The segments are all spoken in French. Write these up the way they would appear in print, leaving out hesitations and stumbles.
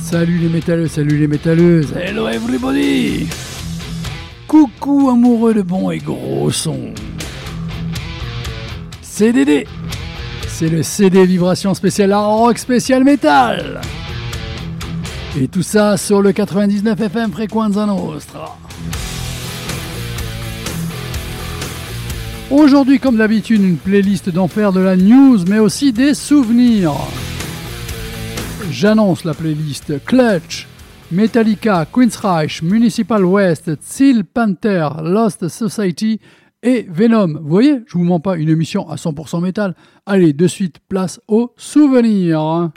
Salut les métalleux, salut les métalleuses. Hello everybody. Coucou amoureux de bon et gros son. CDD. C'est le CD Vibration spécial Hard Rock spécial Metal. Et tout ça sur le 99 FM Frequenza Nostra. Aujourd'hui, comme d'habitude, une playlist d'enfer de la news, mais aussi des souvenirs. J'annonce la playlist Clutch, Metallica, Queensryche, Municipal Waste, Steel Panther, Lost Society et Venom. Vous voyez, je vous mens pas, une émission à 100% métal. Allez, de suite, place aux souvenirs.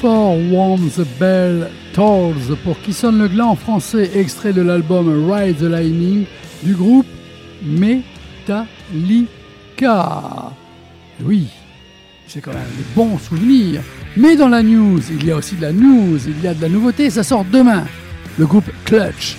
For Whom the Bell Tolls, pour qui sonne le glas en français, extrait de l'album Ride the Lightning du groupe Metallica. Oui, c'est quand même des bons souvenirs. Mais dans la news, il y a aussi de la news, il y a de la nouveauté, ça sort demain. Le groupe Clutch.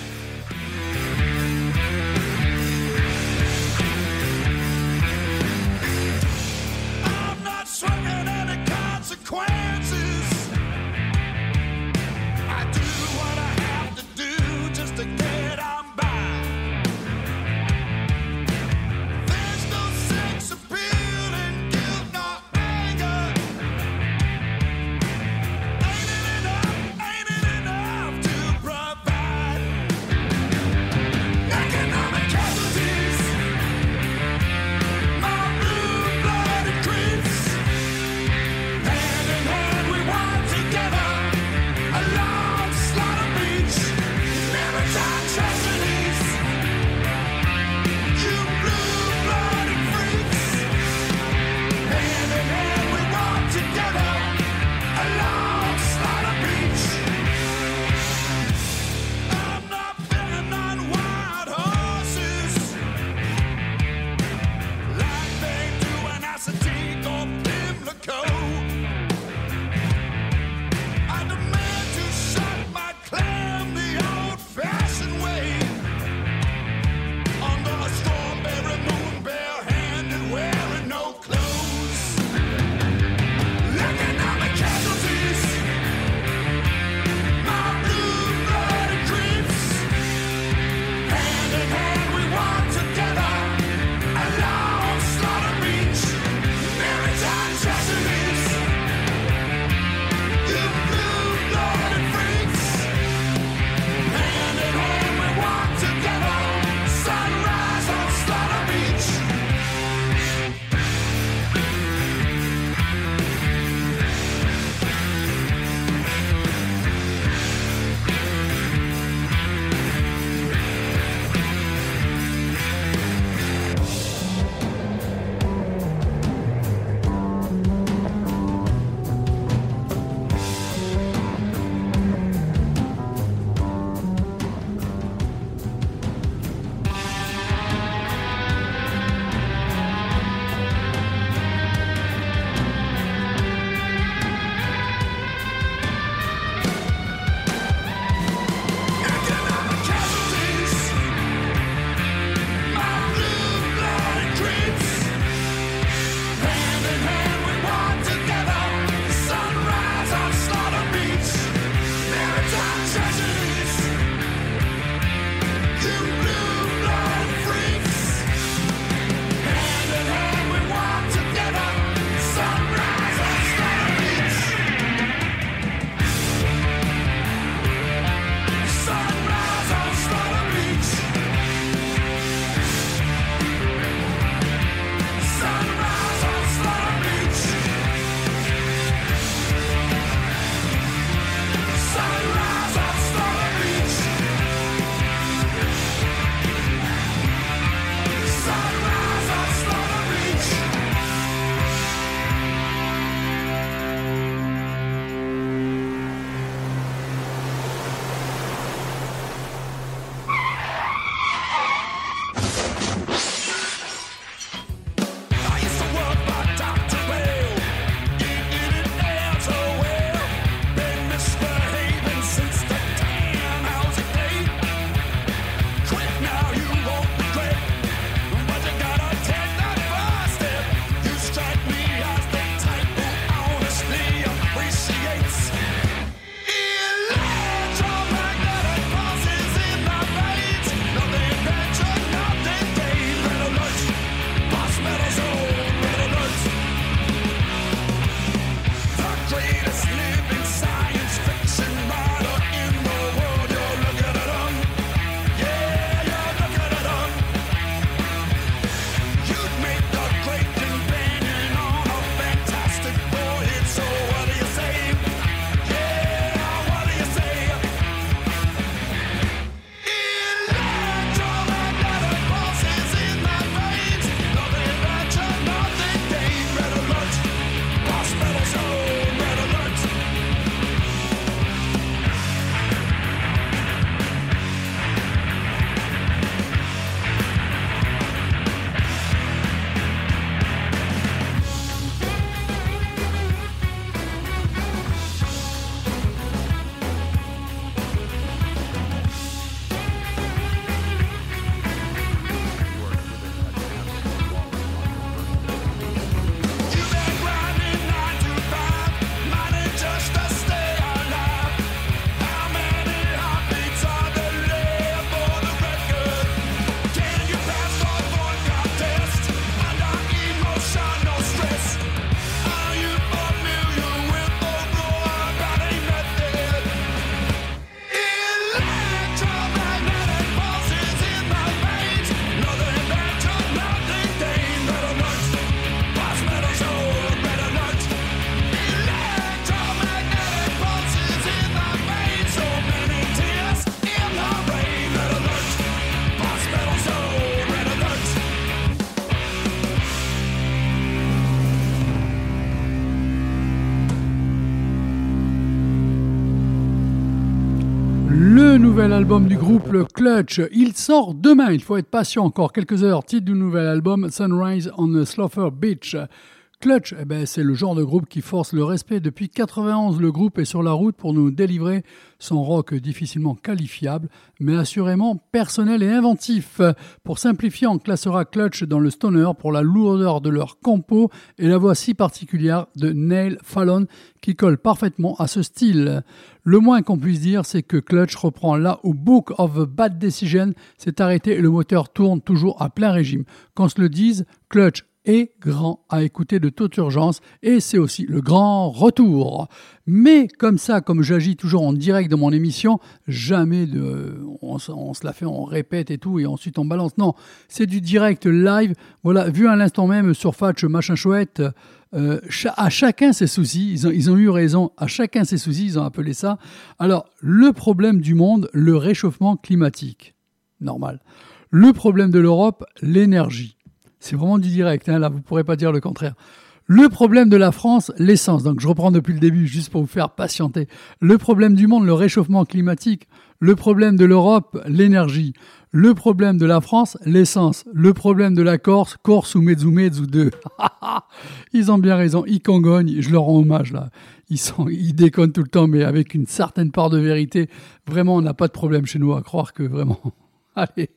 nouvel album du groupe le Clutch. Il sort demain, il faut être patient encore quelques heures. Titre du nouvel album Sunrise on the Slough Beach. Clutch, c'est le genre de groupe qui force le respect. Depuis 91, le groupe est sur la route pour nous délivrer son rock difficilement qualifiable, mais assurément personnel et inventif. Pour simplifier, on classera Clutch dans le stoner pour la lourdeur de leur compo et la voix si particulière de Neil Fallon qui colle parfaitement à ce style. Le moins qu'on puisse dire, c'est que Clutch reprend là où Book of a Bad Decision s'est arrêté et le moteur tourne toujours à plein régime. Qu'on se le dise, Clutch est grand à écouter de toute urgence et c'est aussi le grand retour. Mais comme ça, comme j'agis toujours en direct dans mon émission, jamais on se la fait, on répète et tout et ensuite on balance. Non, c'est du direct live. Voilà, vu à l'instant même sur Fatch, machin chouette, à chacun ses soucis, ils ont eu raison, à chacun ses soucis, ils ont appelé ça. Alors, le problème du monde, le réchauffement climatique, normal. Le problème de l'Europe, l'énergie. C'est vraiment du direct, là, vous ne pourrez pas dire le contraire. Le problème de la France, l'essence. Donc, je reprends depuis le début, juste pour vous faire patienter. Le problème du monde, le réchauffement climatique. Le problème de l'Europe, l'énergie. Le problème de la France, l'essence. Le problème de la Corse, Corse ou Mezzu 2. Ils ont bien raison, ils congognent, je leur rends hommage, là. Ils déconnent tout le temps, mais avec une certaine part de vérité. Vraiment, on n'a pas de problème chez nous, à croire que vraiment... Allez.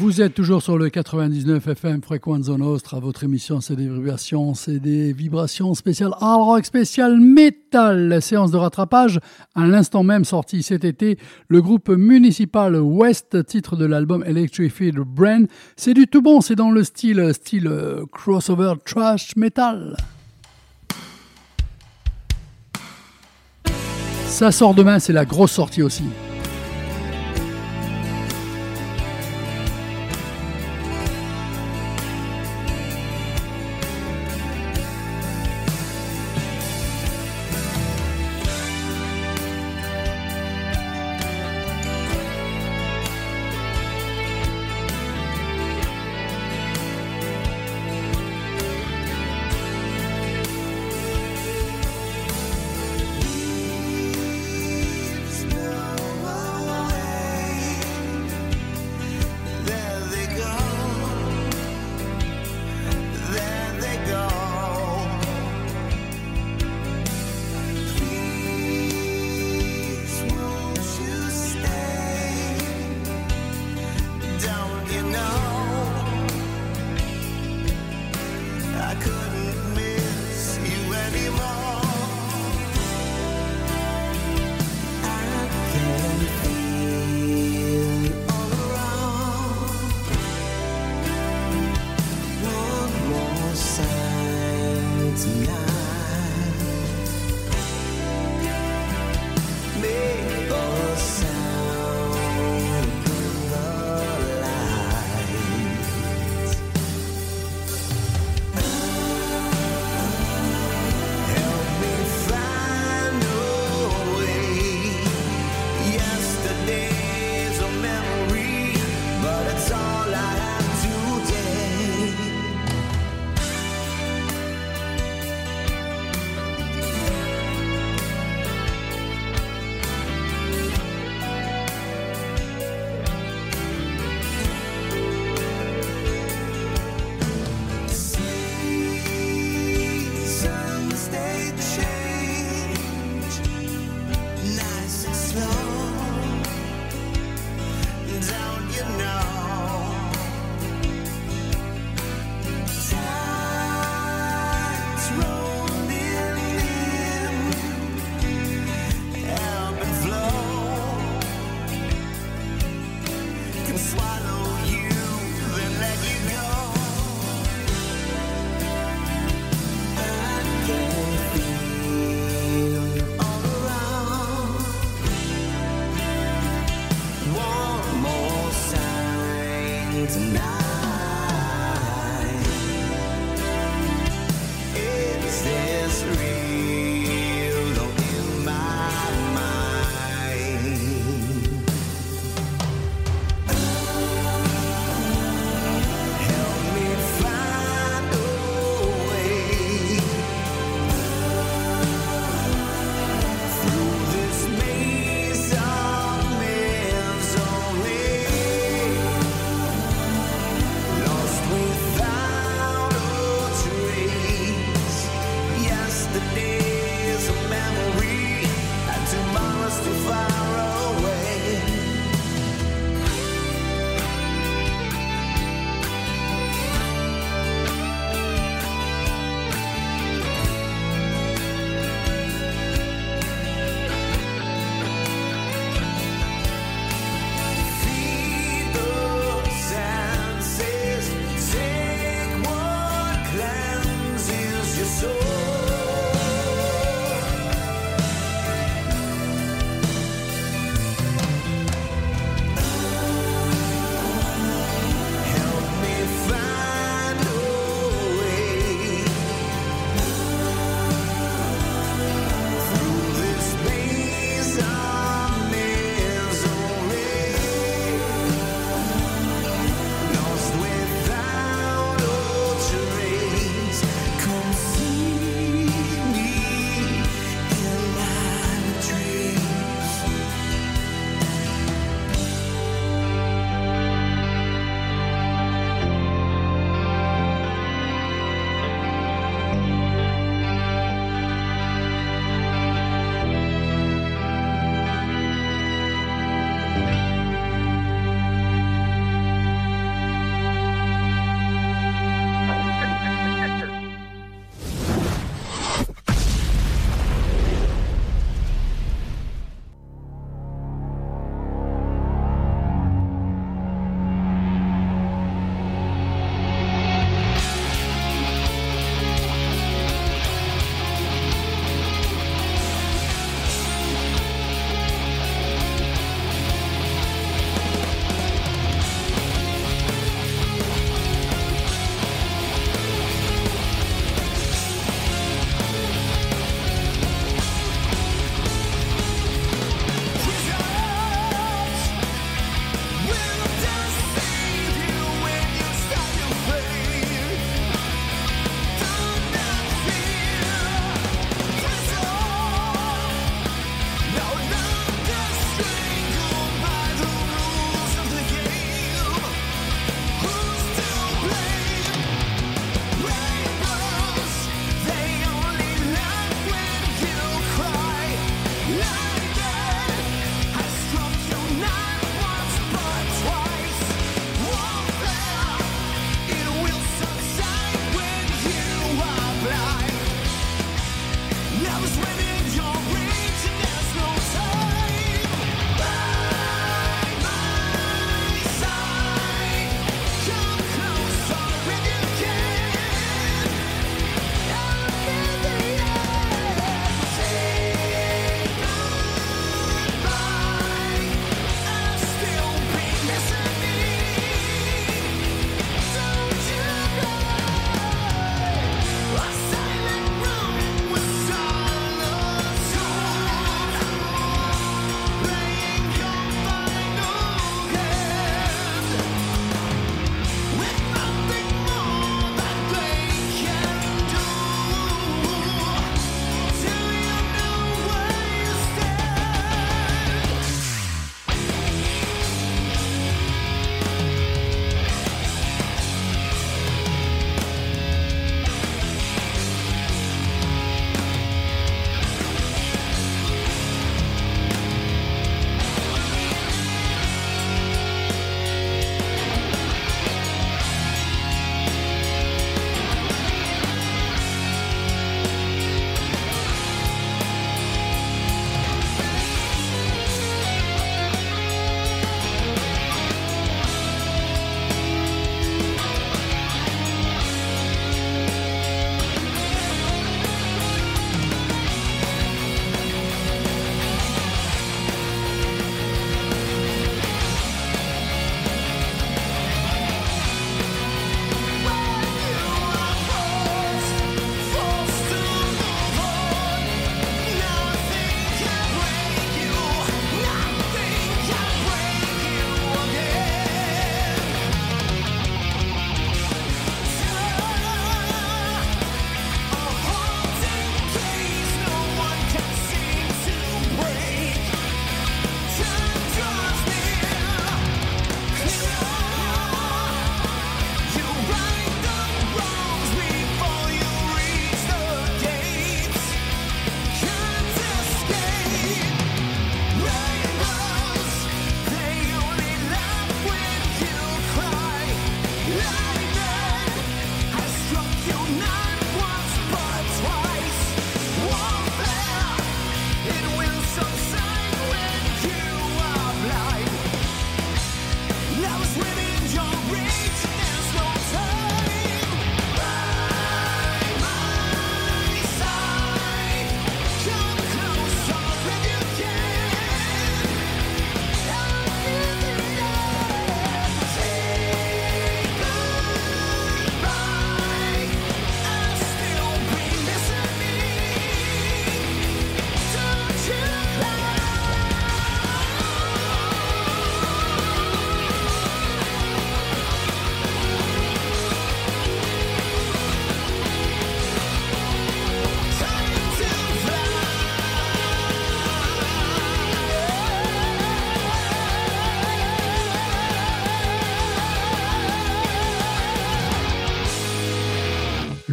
Vous êtes toujours sur le 99 FM Frequenza Nostra. Votre émission, c'est des vibrations spéciales hard rock, spécial metal. Séance de rattrapage. À l'instant même sorti cet été, le groupe Municipal West, titre de l'album Electrified Brain. C'est du tout bon, c'est dans le style crossover thrash metal. Ça sort demain, c'est la grosse sortie aussi.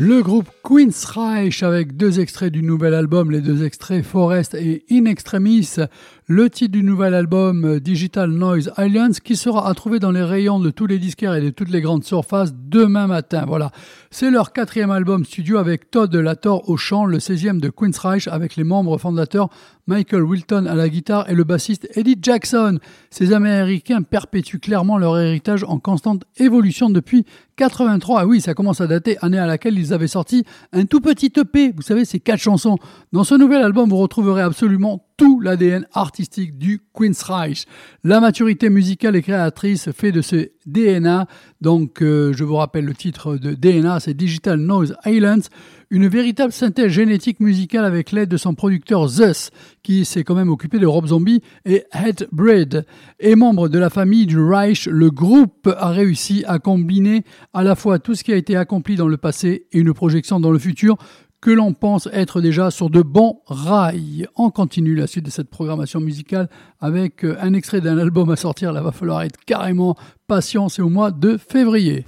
Le groupe Queensryche avec 2 extraits du nouvel album, les 2 extraits Forest et In Extremis, le titre du nouvel album Digital Noise Islands qui sera à trouver dans les rayons de tous les disquaires et de toutes les grandes surfaces demain matin. Voilà, c'est leur 4e album studio avec Todd Lator au chant, le 16e de Queensryche avec les membres fondateurs Michael Wilton à la guitare et le bassiste Eddie Jackson. Ces Américains perpétuent clairement leur héritage en constante évolution depuis 83. Ah oui, ça commence à dater, année à laquelle ils avaient sorti un tout petit EP. Vous savez, c'est 4 chansons. Dans ce nouvel album, vous retrouverez absolument tout l'ADN artistique du Queensryche. La maturité musicale et créatrice fait de ce DNA, donc je vous rappelle le titre de DNA, c'est Digital Noise Islands, une véritable synthèse génétique musicale avec l'aide de son producteur Zeus, qui s'est quand même occupé de Rob Zombie et Hatebreed. Et membre de la famille du Reich, le groupe a réussi à combiner à la fois tout ce qui a été accompli dans le passé et une projection dans le futur, que l'on pense être déjà sur de bons rails. On continue la suite de cette programmation musicale avec un extrait d'un album à sortir. Là, va falloir être carrément patient, c'est au mois de février.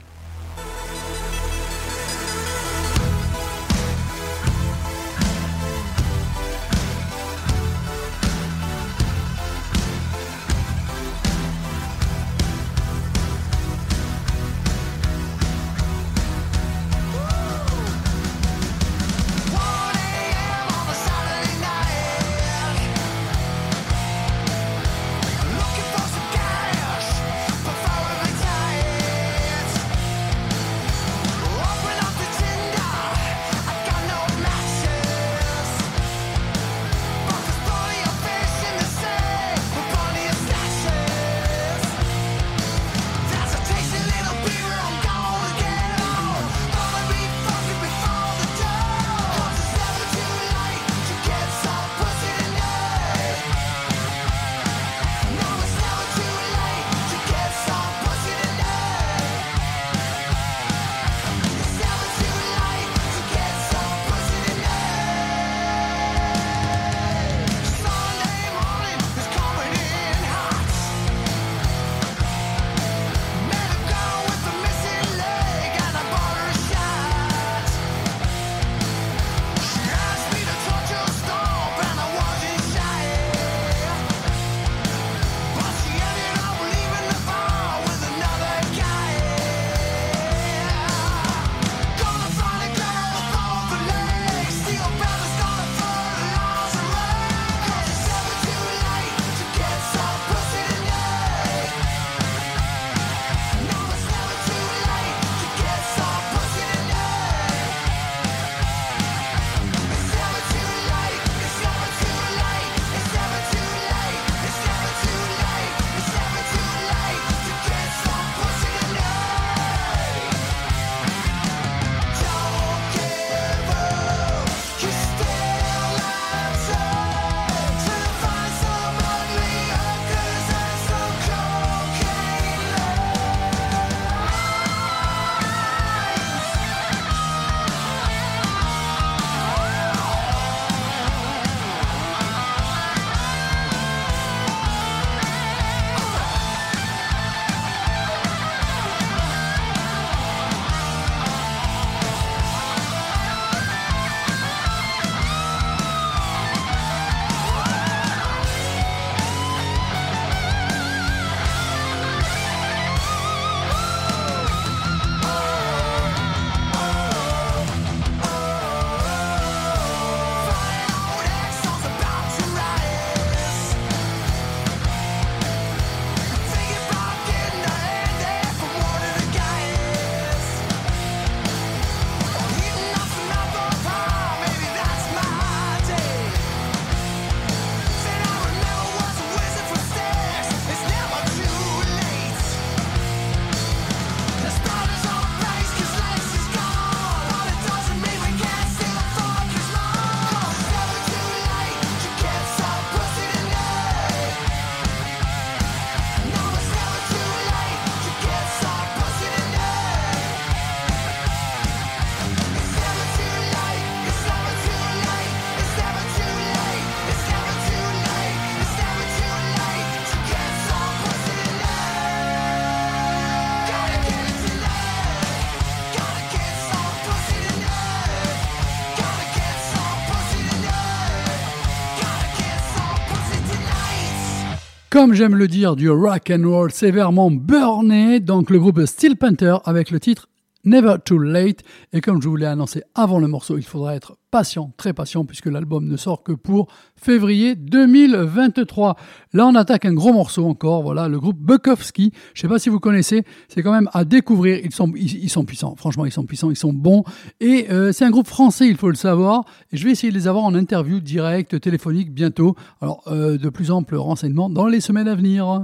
Looking for some cash before it retires. Comme j'aime le dire, du rock and roll sévèrement burné, donc le groupe Steel Panther avec le titre Never Too Late. Et comme je vous l'ai annoncé avant le morceau, il faudra être patient, très patient, puisque l'album ne sort que pour février 2023. Là, on attaque un gros morceau encore, voilà, le groupe Bukowski. Je sais pas si vous connaissez, c'est quand même à découvrir. Ils sont puissants, franchement, ils sont puissants, ils sont bons. Et c'est un groupe français, il faut le savoir. Et je vais essayer de les avoir en interview directe, téléphonique, bientôt. Alors, de plus amples renseignements dans les semaines à venir.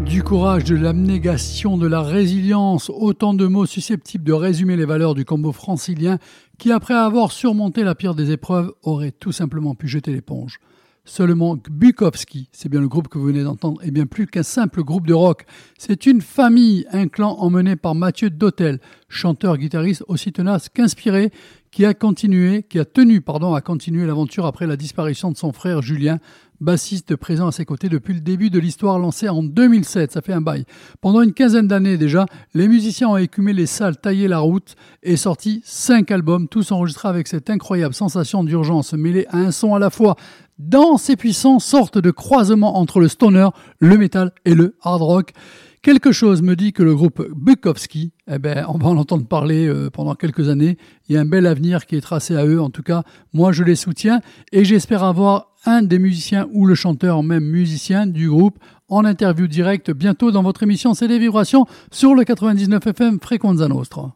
Du courage, de l'abnégation, de la résilience, autant de mots susceptibles de résumer les valeurs du combo francilien qui, après avoir surmonté la pire des épreuves, aurait tout simplement pu jeter l'éponge. Seulement Bukowski, c'est bien le groupe que vous venez d'entendre, est bien plus qu'un simple groupe de rock. C'est une famille, un clan emmené par Mathieu Dotel, chanteur-guitariste aussi tenace qu'inspiré, qui a tenu à continuer l'aventure après la disparition de son frère Julien, bassiste présent à ses côtés depuis le début de l'histoire lancée en 2007, ça fait un bail. Pendant une quinzaine d'années déjà, les musiciens ont écumé les salles, taillé la route et sorti 5 albums, tous enregistrés avec cette incroyable sensation d'urgence mêlée à un son à la fois dense et puissant, sorte de croisement entre le stoner, le metal et le hard rock. Quelque chose me dit que le groupe Bukowski, on va en entendre parler pendant quelques années. Il y a un bel avenir qui est tracé à eux. En tout cas, moi, je les soutiens et j'espère avoir un des musiciens ou le chanteur, même musicien du groupe, en interview directe bientôt dans votre émission C'est des vibrations sur le 99 FM Frequenza Nostra.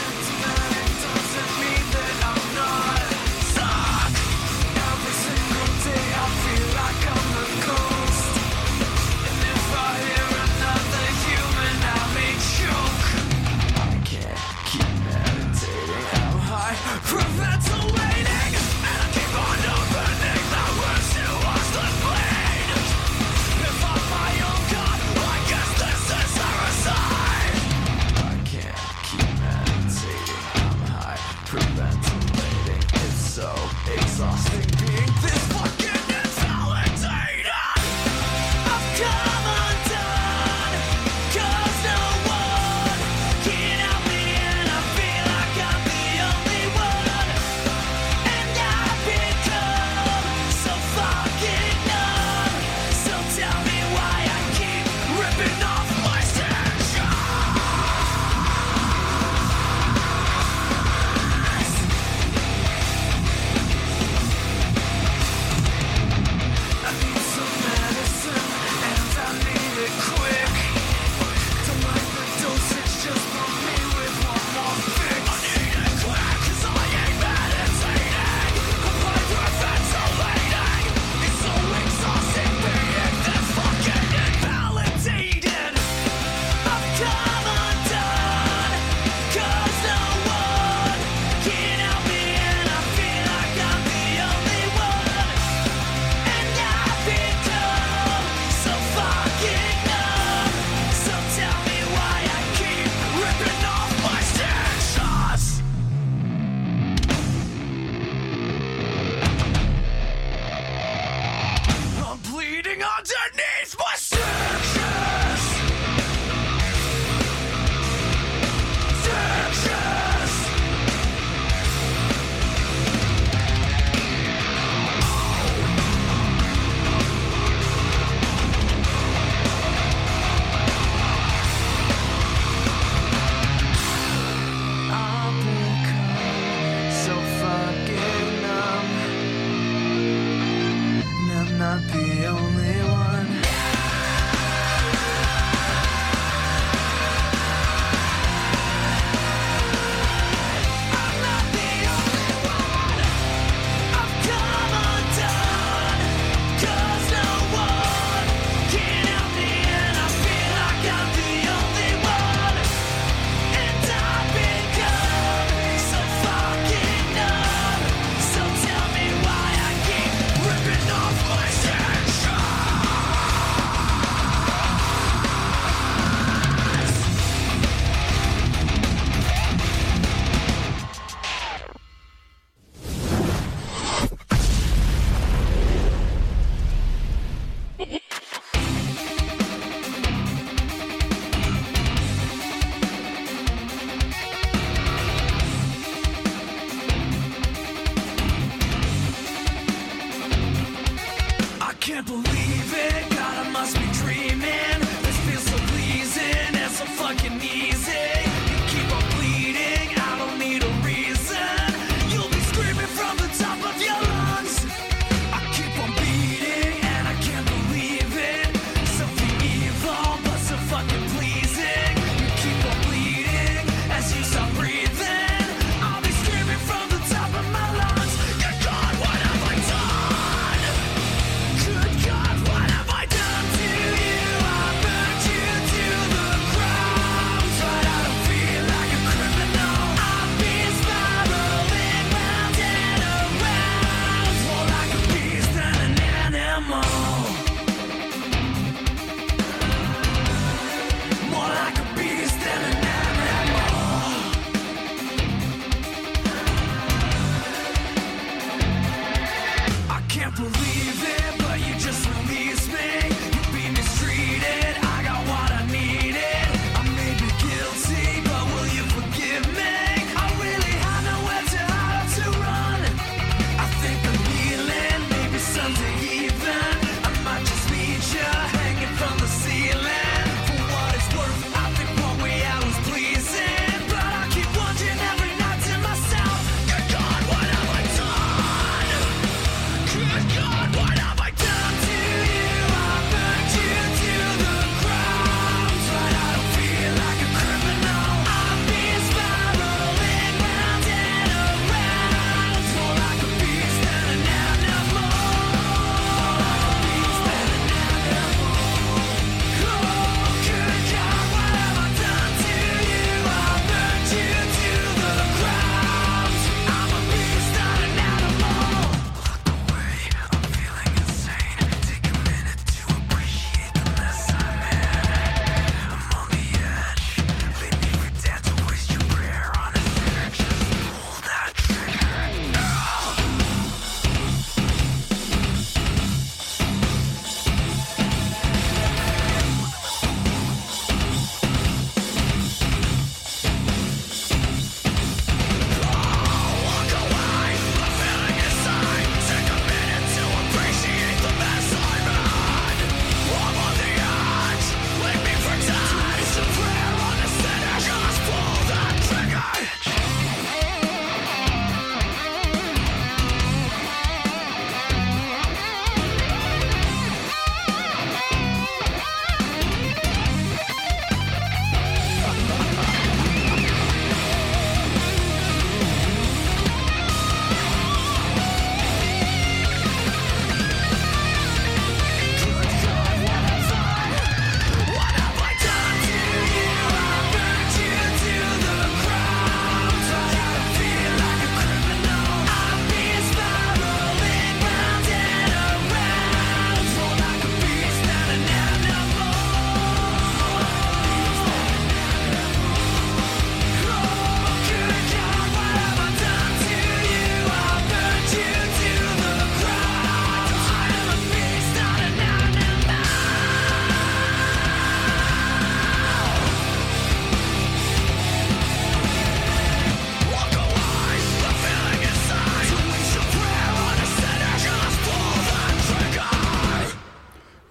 Every single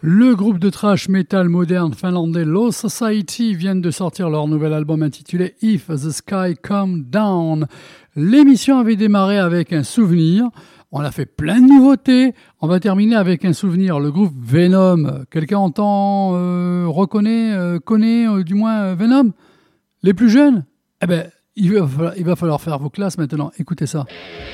Le groupe de thrash metal moderne finlandais Low Society vient de sortir leur nouvel album intitulé If the Sky Come Down. L'émission avait démarré avec un souvenir. On a fait plein de nouveautés. On va terminer avec un souvenir. Le groupe Venom. Quelqu'un entend, connaît du moins Venom? Les plus jeunes? Eh ben, il va falloir faire vos classes maintenant. Écoutez ça.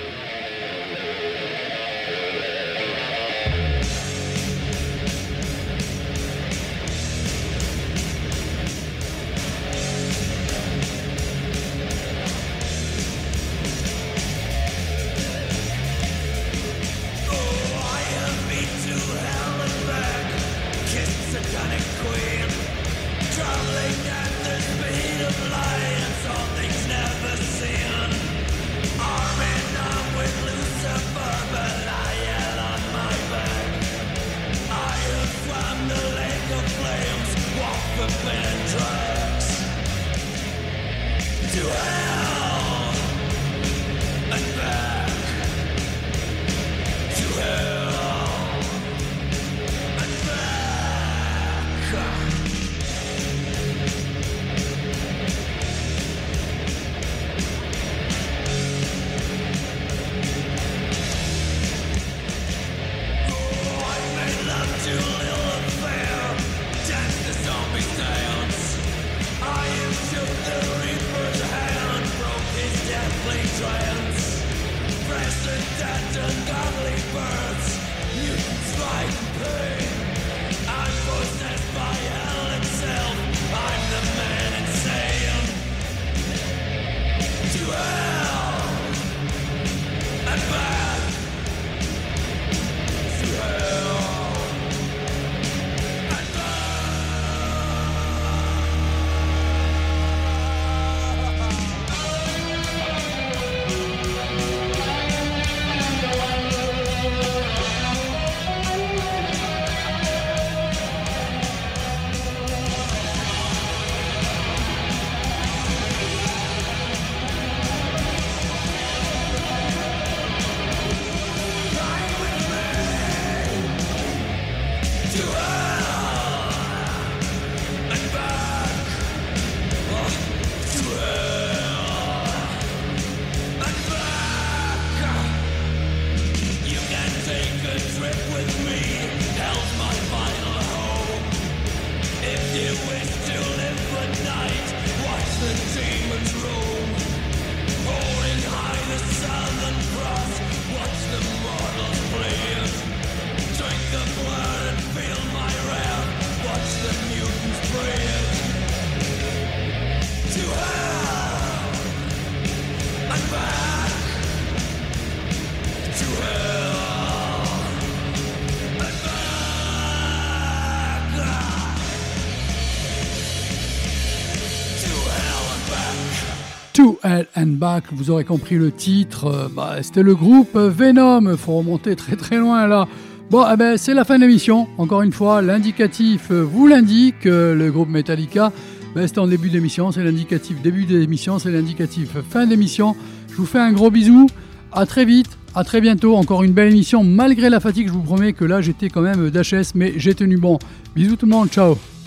To Hell and Back, vous aurez compris le titre, c'était le groupe Venom, faut remonter très très loin là. Bon, c'est la fin de l'émission, encore une fois, l'indicatif vous l'indique, le groupe Metallica, c'était en début d'émission, c'est l'indicatif début d'émission, c'est l'indicatif fin d'émission. Je vous fais un gros bisou, à très vite, à très bientôt, encore une belle émission, malgré la fatigue, je vous promets que là j'étais quand même d'HS, mais j'ai tenu bon. Bisous tout le monde, ciao.